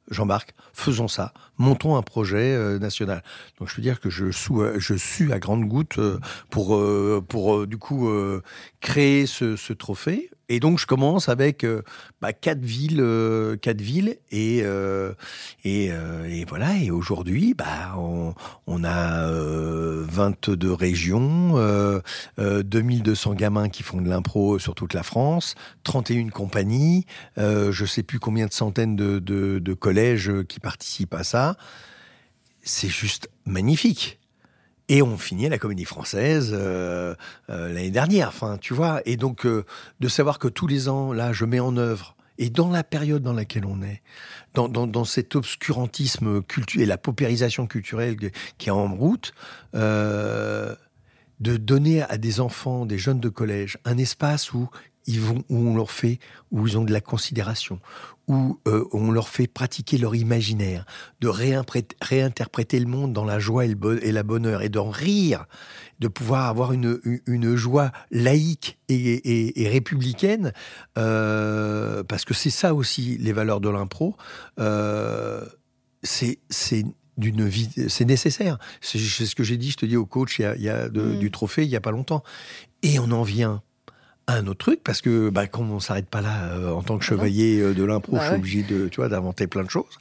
j'embarque, faisons ça, montons un projet euh, national. Donc je peux dire que je sue, je sue à grandes gouttes euh, pour, euh, pour euh, du coup euh, créer ce, ce trophée. Et donc je commence avec euh, bah, quatre villes, euh, quatre villes, et euh, et, euh, et voilà. Et aujourd'hui, bah on, on a euh, vingt-deux régions, euh, euh, deux mille deux cents gamins qui font de l'impro sur toute la France, trente et une compagnies, euh, je sais plus combien de centaines de, de, de collèges qui participent à ça. C'est juste magnifique. Et on finit à la Comédie Française euh, euh, l'année dernière, enfin, tu vois. Et donc, euh, de savoir que tous les ans, là, je mets en œuvre, et dans la période dans laquelle on est, dans, dans, dans cet obscurantisme culturel et la paupérisation culturelle qui est en route, euh, de donner à des enfants, des jeunes de collège, un espace où ils vont, où on leur fait, où ils ont de la considération, où euh, on leur fait pratiquer leur imaginaire, de réinterpréter le monde dans la joie et, le bon, et la bonheur, et d'en rire, de pouvoir avoir une, une, une joie laïque et, et, et républicaine, euh, parce que c'est ça aussi les valeurs de l'impro. Euh, c'est, c'est d'une vie, c'est nécessaire. C'est, c'est ce que j'ai dit, je te dis au coach, il y a, il y a de, mmh. du trophée il y a pas longtemps, et on en vient un autre truc, parce que bah, comme on ne s'arrête pas là, euh, en tant que chevalier euh, de l'impro, bah je suis ouais. obligé de, tu vois, d'inventer plein de choses.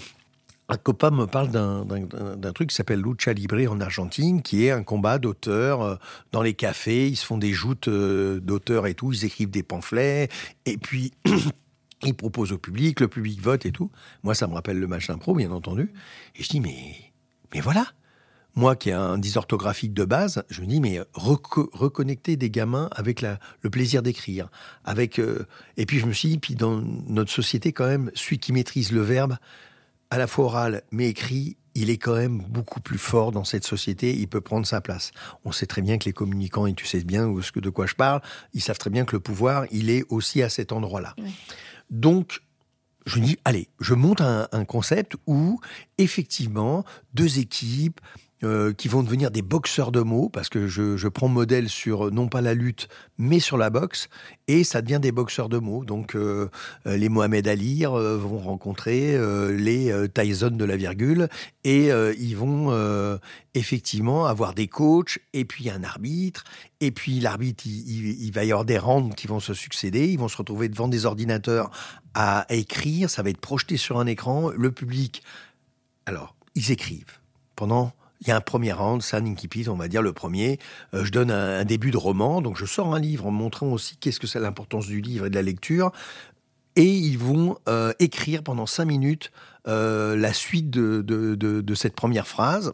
Un copain me parle d'un, d'un, d'un truc qui s'appelle Lucha Libre en Argentine, qui est un combat d'auteurs euh, dans les cafés. Ils se font des joutes euh, d'auteurs et tout, ils écrivent des pamphlets, et puis ils proposent au public, le public vote et tout. Moi, ça me rappelle le match d'impro, bien entendu. Et je dis, mais, mais voilà. Moi, qui ai un dysorthographique de base, je me dis, mais reco- reconnecter des gamins avec la, le plaisir d'écrire. Avec, euh, et puis je me suis dit, puis dans notre société, quand même, celui qui maîtrise le verbe, à la fois oral, mais écrit, il est quand même beaucoup plus fort dans cette société, il peut prendre sa place. On sait très bien que les communicants, et tu sais bien de quoi je parle, ils savent très bien que le pouvoir, il est aussi à cet endroit-là. Oui. Donc, je me dis, allez, je monte un, un concept où, effectivement, deux équipes, Euh, qui vont devenir des boxeurs de mots, parce que je, je prends modèle sur, non pas la lutte, mais sur la boxe, et ça devient des boxeurs de mots. Donc, euh, les Mohamed Ali euh, vont rencontrer euh, les euh, Tyson de la virgule, et euh, ils vont euh, effectivement avoir des coachs, et puis un arbitre, et puis l'arbitre, il, il, il va y avoir des rounds qui vont se succéder, ils vont se retrouver devant des ordinateurs à, à écrire, ça va être projeté sur un écran, le public... Alors, ils écrivent pendant... Il y a un premier round, c'est un incipit, on va dire le premier. Euh, je donne un, un début de roman, donc je sors un livre en montrant aussi qu'est-ce que c'est l'importance du livre et de la lecture. Et ils vont euh, écrire pendant cinq minutes euh, la suite de, de, de, de cette première phrase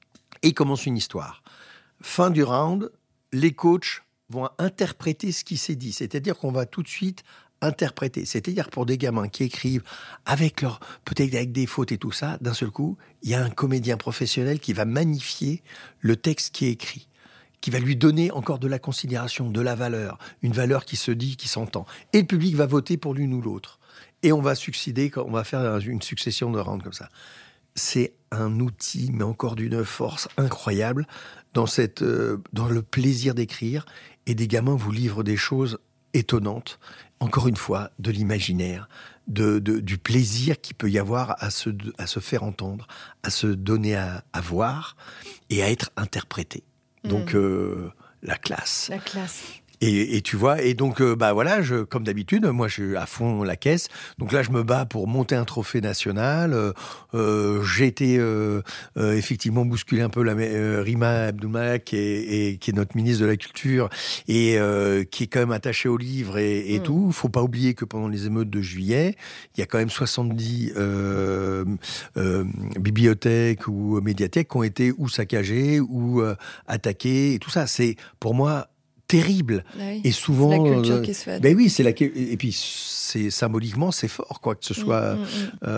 et commence une histoire. Fin du round, les coachs vont interpréter ce qui s'est dit. C'est-à-dire qu'on va tout de suite interpréter. C'est-à-dire pour des gamins qui écrivent avec leur, peut-être avec des fautes et tout ça, d'un seul coup, il y a un comédien professionnel qui va magnifier le texte qui est écrit, qui va lui donner encore de la considération, de la valeur, une valeur qui se dit, qui s'entend. Et le public va voter pour l'une ou l'autre. Et on va succéder, on va faire une succession de rounds comme ça. C'est un outil, mais encore d'une force incroyable dans cette, euh, dans le plaisir d'écrire. Et des gamins vous livrent des choses étonnantes. Encore une fois, de l'imaginaire, de, de, du plaisir qu'il peut y avoir à se, à se faire entendre, à se donner à, à voir et à être interprété. Mmh. Donc, euh, la classe. La classe. Et, et tu vois, et donc, euh, bah voilà, je, comme d'habitude, moi, je suis à fond la caisse. Donc là, je me bats pour monter un trophée national. Euh, euh, j'ai été euh, euh, effectivement bousculer un peu la euh, Rima Abdul-Malak, qui est, et, qui est notre ministre de la Culture et euh, qui est quand même attachée au livre et, et mmh. tout. Faut pas oublier que pendant les émeutes de juillet, il y a quand même soixante-dix euh, euh, bibliothèques ou médiathèques qui ont été ou saccagées ou euh, attaquées et tout ça. C'est pour moi terrible. Oui, et souvent c'est la culture euh, qui se fait. Ben oui, c'est la et puis c'est symboliquement c'est fort quoi que ce soit mmh, mmh,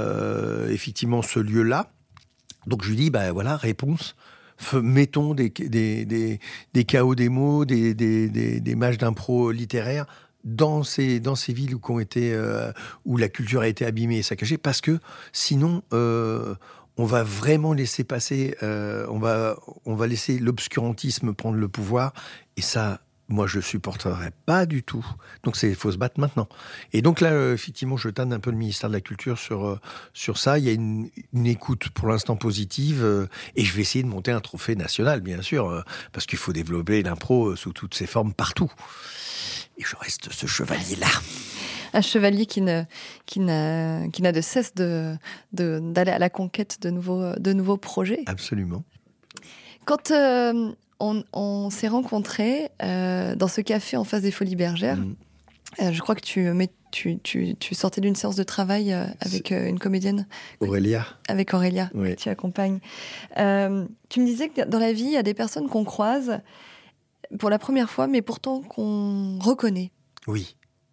euh, effectivement ce lieu-là. Donc je lui dis ben voilà réponse. Mettons des des des des chaos des mots, des des des, des matchs d'impro littéraires dans ces dans ces villes où qui ont été euh, où la culture a été abîmée et saccagée parce que sinon euh, on va vraiment laisser passer, euh, on va on va laisser l'obscurantisme prendre le pouvoir et ça moi, je supporterais pas du tout. Donc, il faut se battre maintenant. Et donc là, euh, effectivement, je tanne un peu le ministère de la Culture sur, euh, sur ça. Il y a une, une écoute pour l'instant positive. Euh, et je vais essayer de monter un trophée national, bien sûr, euh, parce qu'il faut développer l'impro euh, sous toutes ses formes partout. Et je reste ce chevalier-là. Un chevalier qui, ne, qui, n'a, qui n'a de cesse de, de, d'aller à la conquête de nouveaux, de nouveaux projets. Absolument. Quand... Euh, On, on s'est rencontrés euh, dans ce café en face des Folies Bergères. Mmh. Euh, je crois que tu, mais tu, tu, tu sortais d'une séance de travail euh, avec euh, une comédienne. Aurélia. Avec Aurélia, oui. Que tu accompagnes. Euh, tu me disais que dans la vie, il y a des personnes qu'on croise pour la première fois, mais pourtant qu'on reconnaît. Oui.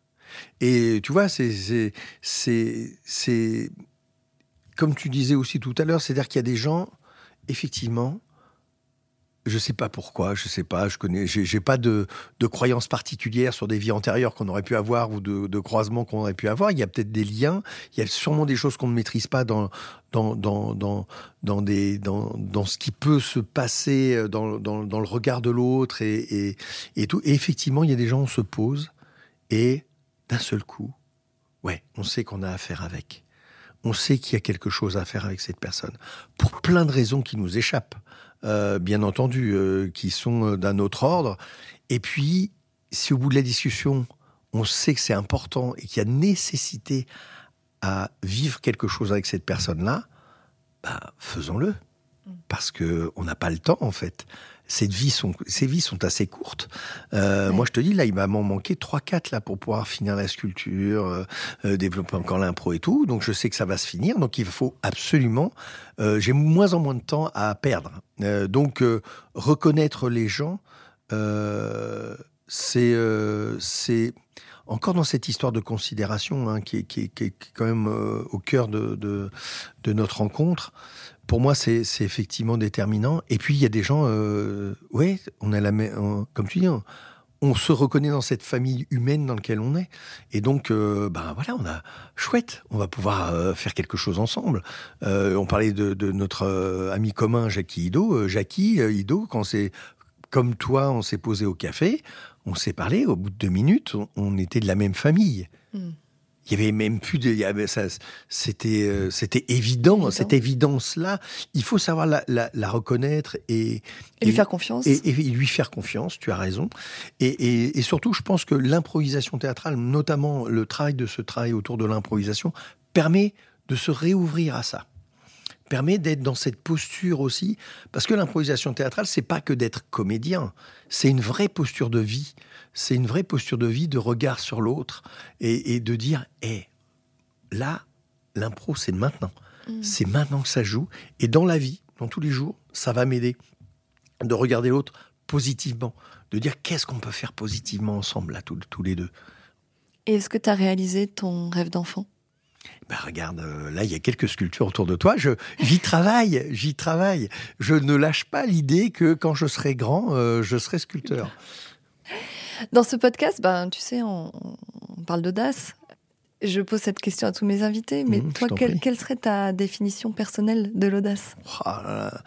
Et tu vois, c'est, c'est, c'est, c'est... Comme tu disais aussi tout à l'heure, c'est-à-dire qu'il y a des gens, effectivement... Je sais pas pourquoi, je sais pas, je connais, j'ai, j'ai pas de, de croyances particulières sur des vies antérieures qu'on aurait pu avoir ou de, de croisements qu'on aurait pu avoir. Il y a peut-être des liens, il y a sûrement des choses qu'on ne maîtrise pas dans, dans, dans, dans, dans, des, dans, dans ce qui peut se passer dans, dans, dans le regard de l'autre et, et, et tout. Et effectivement, il y a des gens, on se pose et d'un seul coup, ouais, on sait qu'on a affaire avec. On sait qu'il y a quelque chose à faire avec cette personne. Pour plein de raisons qui nous échappent. Euh, bien entendu, euh, qui sont d'un autre ordre. Et puis, si au bout de la discussion, on sait que c'est important et qu'il y a nécessité à vivre quelque chose avec cette personne-là, bah, faisons-le. Parce qu'on n'a pas le temps, en fait. Ces vies sont, ces vies sont assez courtes. Euh, ouais. Moi, je te dis, là, il m'a manqué trois quatre là, pour pouvoir finir la sculpture, euh, euh, développer encore l'impro et tout. Donc, je sais que ça va se finir. Donc, il faut absolument... Euh, j'ai moins en moins de temps à perdre. Euh, donc, euh, reconnaître les gens, euh, c'est, euh, c'est... Encore dans cette histoire de considération hein, qui, est, qui, est, qui est quand même euh, au cœur de, de, de notre rencontre, pour moi, c'est, c'est effectivement déterminant. Et puis, il y a des gens, euh, ouais, on a la même, comme tu dis, on, on se reconnaît dans cette famille humaine dans laquelle on est. Et donc, euh, ben voilà, on a chouette, on va pouvoir euh, faire quelque chose ensemble. Euh, on parlait de, de notre euh, ami commun, Jackie Ido. Euh, Jackie euh, Ido, quand c'est comme toi, on s'est posé au café, on s'est parlé. Au bout de deux minutes, on, on était de la même famille. Mm. Il y avait même plus de, il y avait, ça, c'était, euh, c'était évident, évident, cette évidence-là. Il faut savoir la, la, la reconnaître et, et, et lui faire confiance. Et, et lui faire confiance. Tu as raison. Et, et, et surtout, je pense que l'improvisation théâtrale, notamment le travail de ce travail autour de l'improvisation, permet de se réouvrir à ça. Permet d'être dans cette posture aussi, parce que l'improvisation théâtrale, c'est pas que d'être comédien, c'est une vraie posture de vie, c'est une vraie posture de vie, de regard sur l'autre, et, et de dire, hé, hey, là, l'impro, c'est maintenant, mmh. c'est maintenant que ça joue, et dans la vie, dans tous les jours, ça va m'aider de regarder l'autre positivement, de dire, qu'est-ce qu'on peut faire positivement ensemble, là, tous, tous les deux. Et est-ce que tu as réalisé ton rêve d'enfant ? Ben regarde, euh, là, il y a quelques sculptures autour de toi. Je, j'y travaille, j'y travaille. Je ne lâche pas l'idée que quand je serai grand, euh, je serai sculpteur. Dans ce podcast, ben, tu sais, on, on parle d'audace. Je pose cette question à tous mes invités, mais mmh, toi, quelle, quelle serait ta définition personnelle de l'audace ? Oh là là.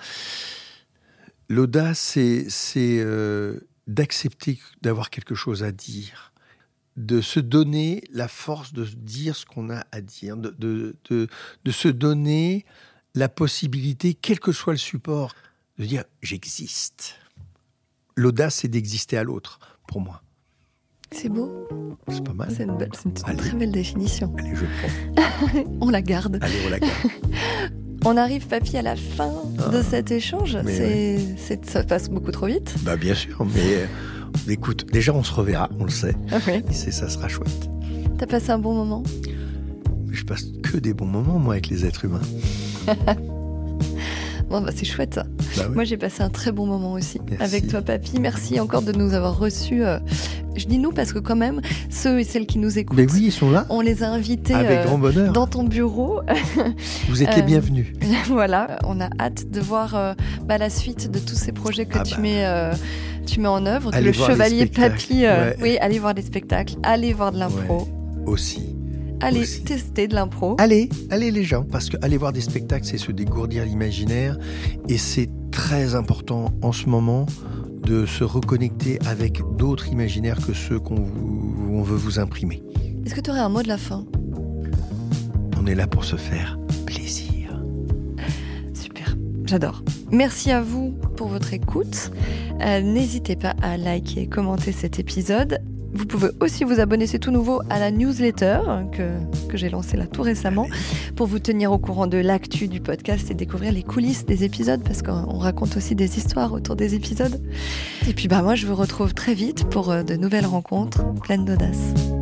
L'audace, c'est, c'est euh, d'accepter d'avoir quelque chose à dire. De se donner la force de dire ce qu'on a à dire, de, de, de, de se donner la possibilité, quel que soit le support, de dire « j'existe ». L'audace, c'est d'exister à l'autre, pour moi. C'est beau. C'est pas mal. C'est une, belle, c'est une très belle définition. Allez, je prends. On la garde. Allez, on la garde. On arrive, papy, à la fin ah, de cet échange. C'est, ouais. c'est, ça passe beaucoup trop vite. Bah, bien sûr, mais... Écoute, déjà on se reverra, on le sait. Okay. Et c'est, ça sera chouette. T'as passé un bon moment ? Je passe que des bons moments, moi, avec les êtres humains. Bon, bah, c'est chouette, ça. Bah oui. Moi, j'ai passé un très bon moment aussi. Merci. Avec toi, papy. Merci encore de nous avoir reçus. Euh... Je dis nous parce que quand même, ceux et celles qui nous écoutent... Mais oui, ils sont là. On les a invités avec euh, grand bonheur. Dans ton bureau. Vous êtes les euh, bienvenus. Voilà, on a hâte de voir euh, bah, la suite de tous ces projets que ah tu, bah. mets, euh, tu mets en œuvre. Allez le Chevalier Papy. Euh, ouais. Oui, allez voir les spectacles, allez voir de l'impro. Ouais. Aussi. Allez Aussi. tester de l'impro. Allez, allez les gens, parce que aller voir des spectacles, c'est se dégourdir l'imaginaire. Et c'est très important en ce moment de se reconnecter avec d'autres imaginaires que ceux qu'on vous, on veut vous imprimer. Est-ce que tu aurais un mot de la fin ? On est là pour se faire plaisir. Super, j'adore. Merci à vous pour votre écoute. Euh, n'hésitez pas à liker et commenter cet épisode. Vous pouvez aussi vous abonner, c'est tout nouveau, à la newsletter que, que j'ai lancée là tout récemment pour vous tenir au courant de l'actu du podcast et découvrir les coulisses des épisodes parce qu'on raconte aussi des histoires autour des épisodes. Et puis bah moi je vous retrouve très vite pour de nouvelles rencontres pleines d'audace.